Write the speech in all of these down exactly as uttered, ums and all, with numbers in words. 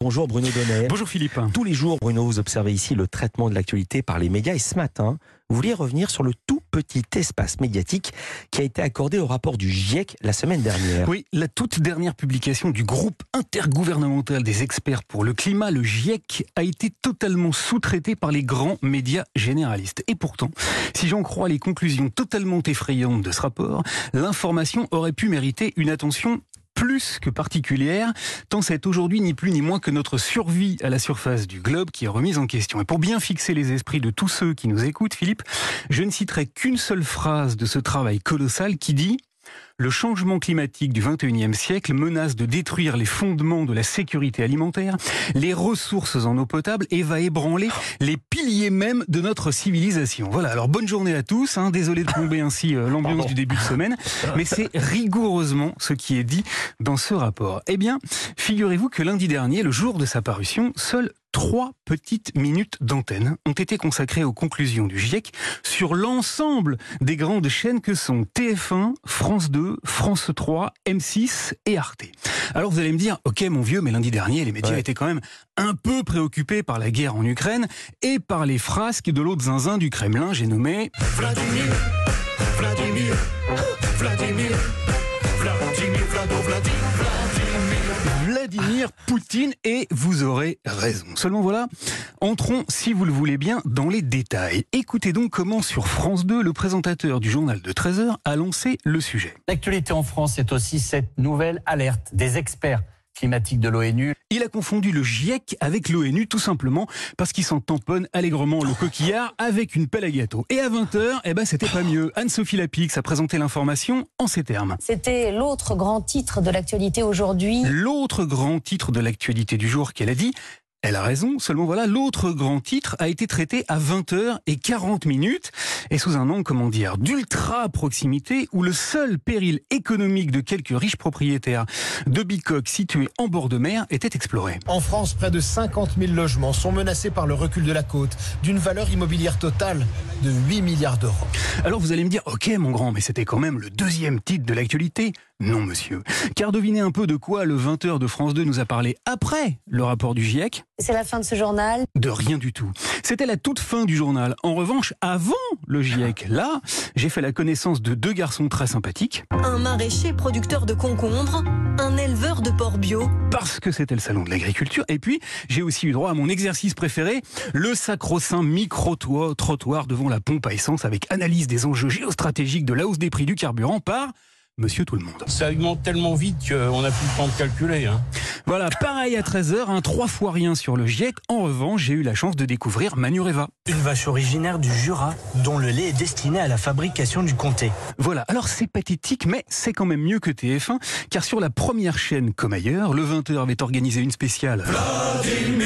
Bonjour Bruno Donnet. Bonjour Philippe. Tous les jours, Bruno, vous observez ici le traitement de l'actualité par les médias. Et ce matin, vous vouliez revenir sur le tout petit espace médiatique qui a été accordé au rapport du GIEC la semaine dernière. Oui, la toute dernière publication du groupe intergouvernemental des experts pour le climat, le GIEC, a été totalement sous-traitée par les grands médias généralistes. Et pourtant, si j'en crois les conclusions totalement effrayantes de ce rapport, l'information aurait pu mériter une attention plus que particulière, tant c'est aujourd'hui ni plus ni moins que notre survie à la surface du globe qui est remise en question. Et pour bien fixer les esprits de tous ceux qui nous écoutent, Philippe, je ne citerai qu'une seule phrase de ce travail colossal qui dit « Le changement climatique du vingt et unième siècle menace de détruire les fondements de la sécurité alimentaire, les ressources en eau potable et va ébranler les piliers même de notre civilisation. » Voilà, alors bonne journée à tous, hein, désolé de plomber ainsi euh, l'ambiance Pardon. du début de semaine, mais c'est rigoureusement ce qui est dit dans ce rapport. Eh bien, figurez-vous que lundi dernier, le jour de sa parution, seuls Trois petites minutes d'antenne ont été consacrées aux conclusions du GIEC sur l'ensemble des grandes chaînes que sont T F un, France deux, France trois, M six et Arte. Alors vous allez me dire, ok mon vieux, mais lundi dernier, les médias ouais. étaient quand même un peu préoccupés par la guerre en Ukraine et par les frasques de l'autre zinzin du Kremlin, j'ai nommé Vladimir, Vladimir, Vladimir, Vladimir, Vladimir, Vladimir. Vladimir Poutine, et vous aurez raison. Seulement voilà, entrons, si vous le voulez bien, dans les détails. Écoutez donc comment sur France deux, le présentateur du journal de treize heures a lancé le sujet. L'actualité en France, c'est aussi cette nouvelle alerte des experts climatique de l'ONU. Il a confondu le GIEC avec l'ONU tout simplement parce qu'il s'en tamponne allègrement le coquillard avec une pelle à gâteau. Et à vingt heures, eh ben c'était pas mieux. Anne-Sophie Lapix a présenté l'information en ces termes. C'était l'autre grand titre de l'actualité aujourd'hui. L'autre grand titre de l'actualité du jour qu'elle a dit. Elle a raison, seulement voilà, l'autre grand titre a été traité à vingt heures quarante minutes et sous un angle, comment dire, d'ultra proximité où le seul péril économique de quelques riches propriétaires de bicoques situés en bord de mer était exploré. En France, près de cinquante mille logements sont menacés par le recul de la côte, d'une valeur immobilière totale de huit milliards d'euros. Alors vous allez me dire, ok mon grand, mais c'était quand même le deuxième titre de l'actualité. Non monsieur, car devinez un peu de quoi le vingt heures de France deux nous a parlé après le rapport du GIEC. C'est la fin de ce journal? De rien du tout. C'était la toute fin du journal. En revanche, avant le GIEC, là, j'ai fait la connaissance de deux garçons très sympathiques. Un maraîcher producteur de concombres, un éleveur de porcs bio. Parce que c'était le salon de l'agriculture. Et puis, j'ai aussi eu droit à mon exercice préféré, le sacro-saint micro-trottoir devant la pompe à essence avec analyse des enjeux géostratégiques de la hausse des prix du carburant par Monsieur Tout-le-Monde. Ça augmente tellement vite qu'on n'a plus le temps de calculer. Hein. Voilà, pareil à treize heures, un trois fois rien sur le GIEC. En revanche, j'ai eu la chance de découvrir Manureva. Une vache originaire du Jura, dont le lait est destiné à la fabrication du comté. Voilà, alors c'est pathétique, mais c'est quand même mieux que T F un, car sur la première chaîne, comme ailleurs, le vingt heures avait organisé une spéciale. Vladimir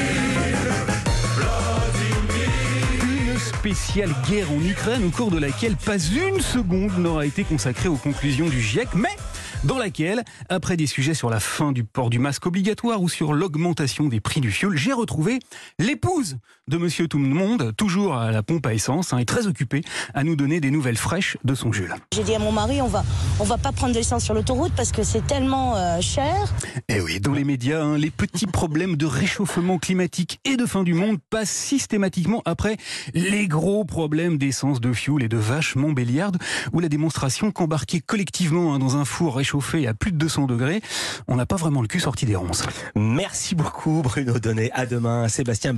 spéciale guerre en Ukraine, au cours de laquelle pas une seconde n'aura été consacrée aux conclusions du GIEC, mais dans laquelle, après des sujets sur la fin du port du masque obligatoire ou sur l'augmentation des prix du fioul, j'ai retrouvé l'épouse de Monsieur Tout-le-Monde, toujours à la pompe à essence, hein, et très occupée à nous donner des nouvelles fraîches de son Jules. J'ai dit à mon mari, on va, on va pas prendre de l'essence sur l'autoroute parce que c'est tellement euh, cher. Et oui, dans les médias, hein, les petits problèmes de réchauffement climatique et de fin du monde passent systématiquement après les gros problèmes d'essence, de fioul et de vaches montbéliardes, où la démonstration qu'embarquer collectivement hein, dans un four réchauffé à plus de deux cents degrés, on n'a pas vraiment le cul sorti des ronces. Merci beaucoup Bruno Donnet. À demain, Sébastien.